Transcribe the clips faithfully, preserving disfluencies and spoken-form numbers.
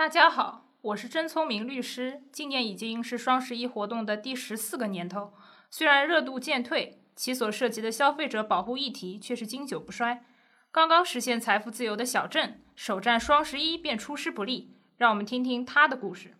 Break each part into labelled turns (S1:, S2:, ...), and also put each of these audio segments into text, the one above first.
S1: 大家好，我是真聪明律师。今年已经是双十一活动的第十四个年头，虽然热度渐退，其所涉及的消费者保护议题却是经久不衰。刚刚实现财富自由的小郑，首战双十一便出师不利，让我们听听他的故事。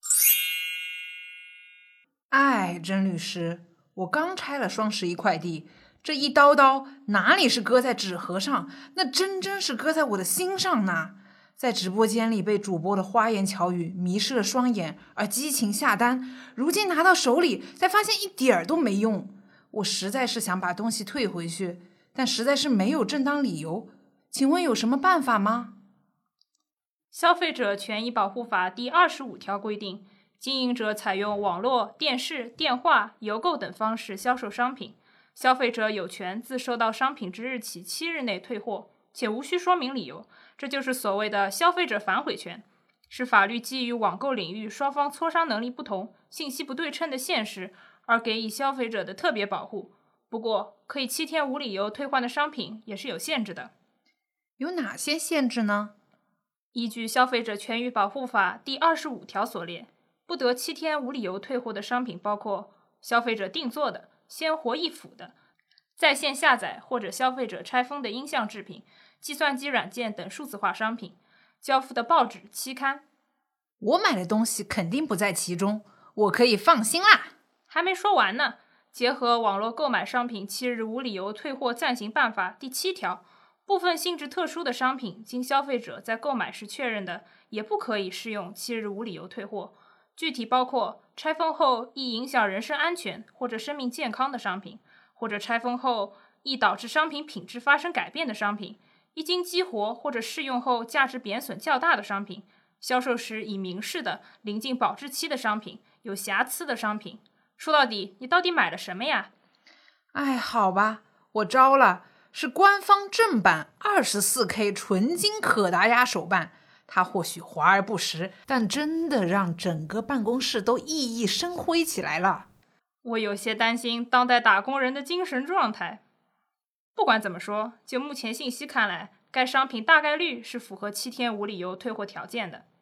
S2: 哎，甄律师，我刚拆了双十一快递，这一刀刀哪里是搁在纸盒上，那真真是搁在我的心上呢。在直播间里被主播的花言巧语迷失了双眼，而激情下单，如今拿到手里才发现一点儿都没用。我实在是想把东西退回去，但实在是没有正当理由。请问有什么办法吗？
S1: 消费者权益保护法第二十五条规定，经营者采用网络、电视、电话、邮购等方式销售商品，消费者有权自收到商品之日起七日内退货，且无需说明理由。这就是所谓的消费者反悔权，是法律基于网购领域双方磋商能力不同、信息不对称的现实而给予消费者的特别保护。不过，可以七天无理由退换的商品也是有限制的。
S2: 有哪些限制呢？
S1: 依据消费者权益保护法第二十五条所列，不得七天无理由退货的商品包括消费者定做的、鲜活易腐的、在线下载或者消费者拆封的音像制品、计算机软件等数字化商品，交付的报纸、期刊。
S2: 我买的东西肯定不在其中，我可以放心啦。
S1: 还没说完呢，结合网络购买商品七日无理由退货暂行办法第七条，部分性质特殊的商品，经消费者在购买时确认的，也不可以适用七日无理由退货。具体包括拆封后易影响人身安全或者生命健康的商品，或者拆封后易导致商品品质发生改变的商品，一经激活或者试用后价值贬损较大的商品，销售时已明示的临近保质期的商品，有瑕疵的商品。说到底，你到底买了什么呀？
S2: 哎，好吧，我招了，是官方正版 二十四K 纯金可达鸭手办。它或许华而不实，但真的让整个办公室都熠熠生辉起来了。
S1: 我有些担心当代打工人的精神状态。不管怎么说，就目前信息看来，该商品大概率是符合七天无理由退货条件的。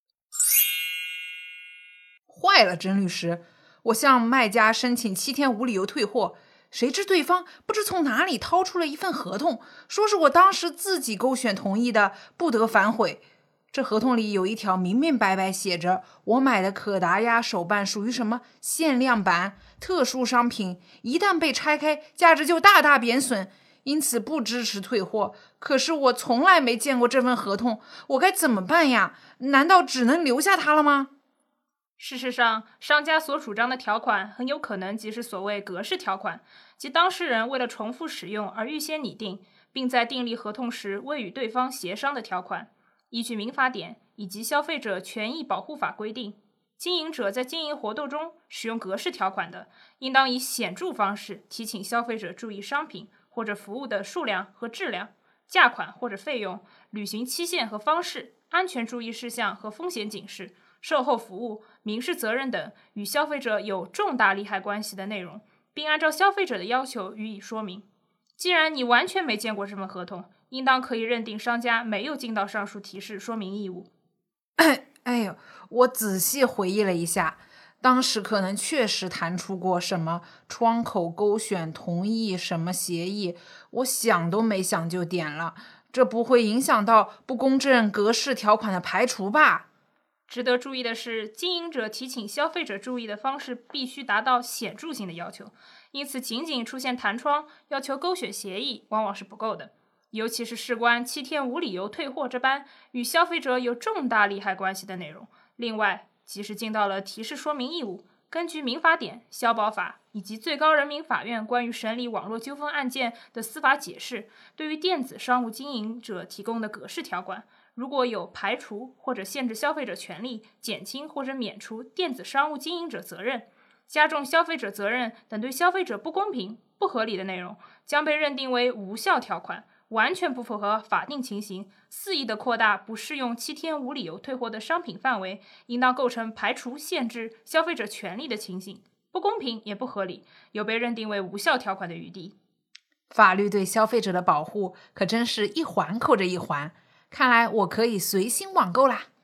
S2: 坏了，甄律师，我向卖家申请七天无理由退货，谁知对方不知从哪里掏出了一份合同，说是我当时自己勾选同意的，不得反悔。这合同里有一条明明白白写着，我买的可达鸭手办属于什么限量版、特殊商品，一旦被拆开，价值就大大贬损，因此不支持退货。可是我从来没见过这份合同，我该怎么办呀？难道只能留下它了吗？
S1: 事实上，商家所主张的条款很有可能即是所谓格式条款，即当事人为了重复使用而预先拟定，并在订立合同时未与对方协商的条款。依据民法典以及消费者权益保护法规定，经营者在经营活动中使用格式条款的，应当以显著方式提醒消费者注意商品或者服务的数量和质量、价款或者费用、履行期限和方式、安全注意事项和风险警示、售后服务、民事责任等与消费者有重大利害关系的内容，并按照消费者的要求予以说明。既然你完全没见过这份合同，应当可以认定商家没有尽到上述提示说明义务。
S2: 哎呦，我仔细回忆了一下，当时可能确实谈出过什么窗口勾选同意什么协议，我想都没想就点了，这不会影响到不公正格式条款的排除吧？
S1: 值得注意的是，经营者提醒消费者注意的方式必须达到显著性的要求，因此仅仅出现弹窗要求勾选协议往往是不够的，尤其是事关七天无理由退货这般与消费者有重大利害关系的内容。另外，即使尽到了提示说明义务，根据民法典、消保法以及最高人民法院关于审理网络纠纷案件的司法解释，对于电子商务经营者提供的格式条款，如果有排除或者限制消费者权利、减轻或者免除电子商务经营者责任、加重消费者责任等对消费者不公平、不合理的内容，将被认定为无效条款，完全不符合法定情形，肆意的扩大不适用七天无理由退货的商品范围，应当构成排除、限制消费者权利的情形，不公平也不合理，有被认定为无效条款的余地。
S2: 法律对消费者的保护可真是一环扣着一环，看来我可以随心网购啦。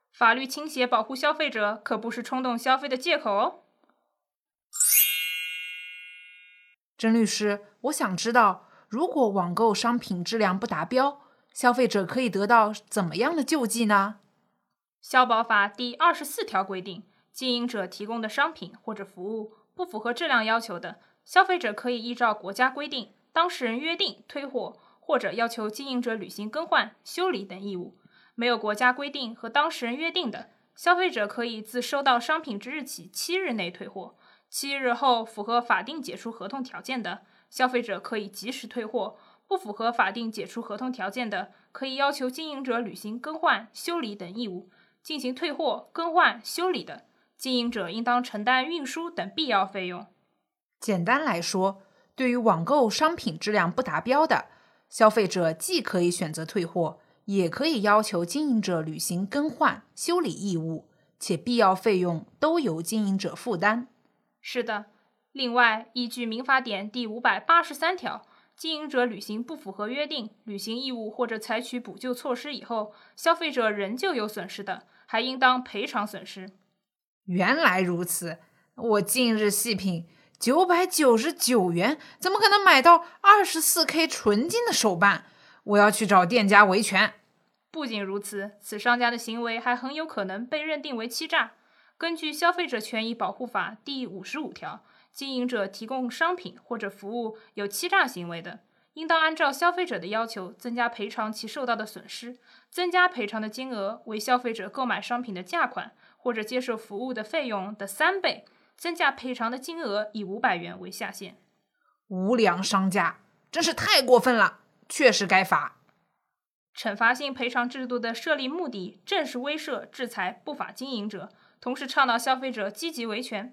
S1: 法律倾斜保护消费者可不是冲动消费的借口哦。
S2: 甄律师，我想知道，如果网购商品质量不达标，消费者可以得到怎么样的救济呢？
S1: 消保法第二十四条规定，经营者提供的商品或者服务不符合质量要求的，消费者可以依照国家规定、当事人约定退货，或者要求经营者履行更换、修理等义务。没有国家规定和当事人约定的，消费者可以自收到商品之日起七日内退货。七日后符合法定解除合同条件的，消费者可以及时退货；不符合法定解除合同条件的，可以要求经营者履行更换、修理等义务。进行退货、更换、修理的，经营者应当承担运输等必要费用。
S2: 简单来说，对于网购商品质量不达标的，消费者既可以选择退货，也可以要求经营者履行更换、修理义务，且必要费用都由经营者负担。
S1: 是的，另外，依据民法典第五百八十三条，经营者履行不符合约定、履行义务或者采取补救措施以后，消费者仍旧有损失的，还应当赔偿损失。
S2: 原来如此，我近日细品，九百九十九元怎么可能买到 二十四 K 纯金的手办？我要去找店家维权。
S1: 不仅如此，此商家的行为还很有可能被认定为欺诈。根据《消费者权益保护法》第五十五条，经营者提供商品或者服务有欺诈行为的，应当按照消费者的要求增加赔偿其受到的损失，增加赔偿的金额为消费者购买商品的价款或者接受服务的费用的三倍，增加赔偿的金额以五百元为下限。
S2: 无良商家真是太过分了，确实该罚。
S1: 惩罚性赔偿制度的设立目的正是威慑、制裁不法经营者，同时倡导消费者积极维权。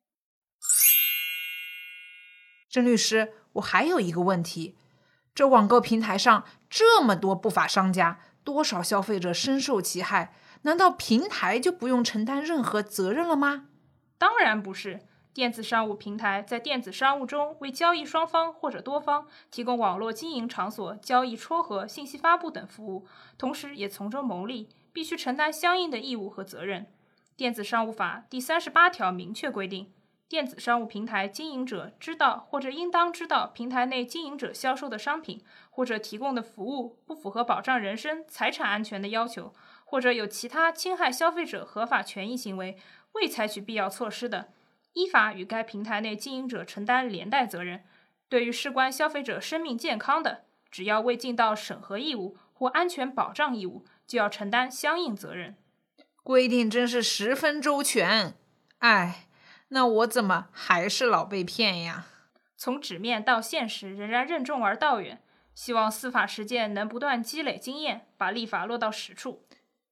S2: 甄律师，我还有一个问题，这网购平台上这么多不法商家，多少消费者深受其害，难道平台就不用承担任何责任了吗？
S1: 当然不是。电子商务平台在电子商务中为交易双方或者多方提供网络经营场所、交易撮合、信息发布等服务，同时也从中牟利，必须承担相应的义务和责任。电子商务法第三十八条明确规定，电子商务平台经营者知道或者应当知道平台内经营者销售的商品或者提供的服务不符合保障人身、财产安全的要求，或者有其他侵害消费者合法权益行为，未采取必要措施的，依法与该平台内经营者承担连带责任。对于事关消费者生命健康的，只要未尽到审核义务或安全保障义务，就要承担相应责任。
S2: 规定真是十分周全。哎，那我怎么还是老被骗呀？
S1: 从纸面到现实，仍然任重而道远。希望司法实践能不断积累经验，把立法落到实处。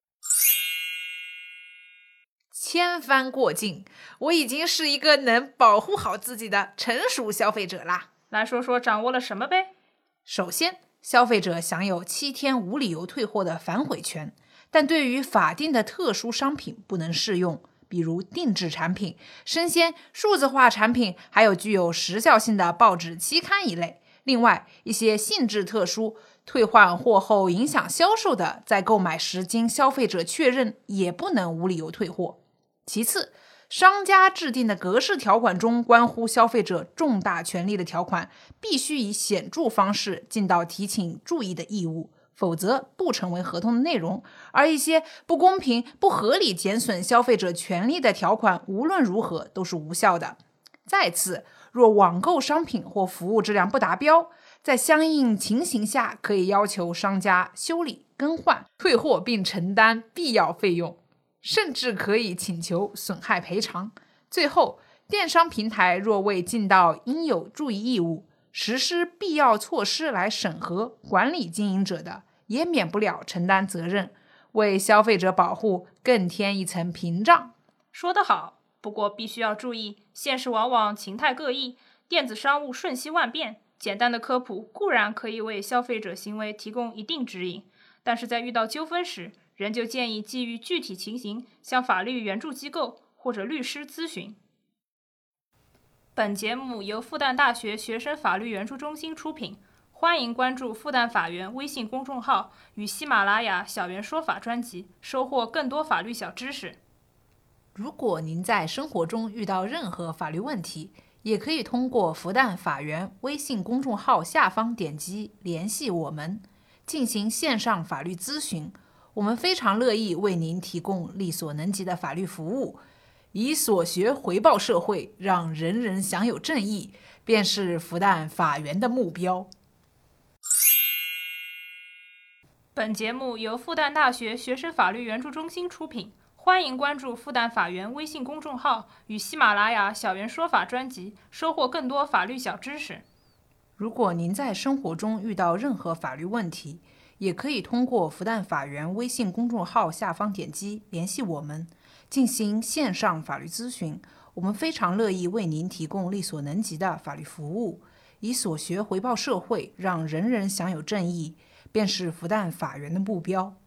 S2: 千帆过尽，我已经是一个能保护好自己的成熟消费者啦。
S1: 来说说掌握了什么呗？
S2: 首先，消费者享有七天无理由退货的反悔权，但对于法定的特殊商品不能适用，比如定制产品、生鲜、数字化产品，还有具有时效性的报纸、期刊一类。另外，一些性质特殊、退换货后影响销售的，在购买时经消费者确认，也不能无理由退货。其次，商家制定的格式条款中关乎消费者重大权利的条款，必须以显著方式尽到提醒注意的义务，否则不成为合同的内容。而一些不公平、不合理减损消费者权利的条款，无论如何都是无效的。再次，若网购商品或服务质量不达标，在相应情形下，可以要求商家修理、更换、退货，并承担必要费用，甚至可以请求损害赔偿。最后，电商平台若未尽到应有注意义务，实施必要措施来审核管理经营者的，也免不了承担责任，为消费者保护更添一层屏障。
S1: 说得好，不过必须要注意，现实往往情态各异，电子商务瞬息万变，简单的科普固然可以为消费者行为提供一定指引，但是在遇到纠纷时，仍旧建议基于具体情形向法律援助机构或者律师咨询。本节目由复旦大学学生法律援助中心出品， 欢迎关注复旦法源微信公众号与喜马拉雅小袁说法专辑，收获更多法律小知识。
S2: 如果您在生活中遇到任何法律问题，也可以通过复旦法源微信公众号下方点击联系我们，进行线上法律咨询。我们非常乐意为您提供力所能及的法律服务，以所学回报社会，让人人享有正义，便是复旦法源的目标。
S1: 本节目由复旦大学学生法律援助中心出品，欢迎关注复旦法源微信公众号与喜马拉雅小袁说法专辑，收获更多法律小知识。
S2: 如果您在生活中遇到任何法律问题，也可以通过复旦法源微信公众号下方点击联系我们，进行线上法律咨询。我们非常乐意为您提供力所能及的法律服务，以所学回报社会，让人人享有正义，便是复旦法源的目标。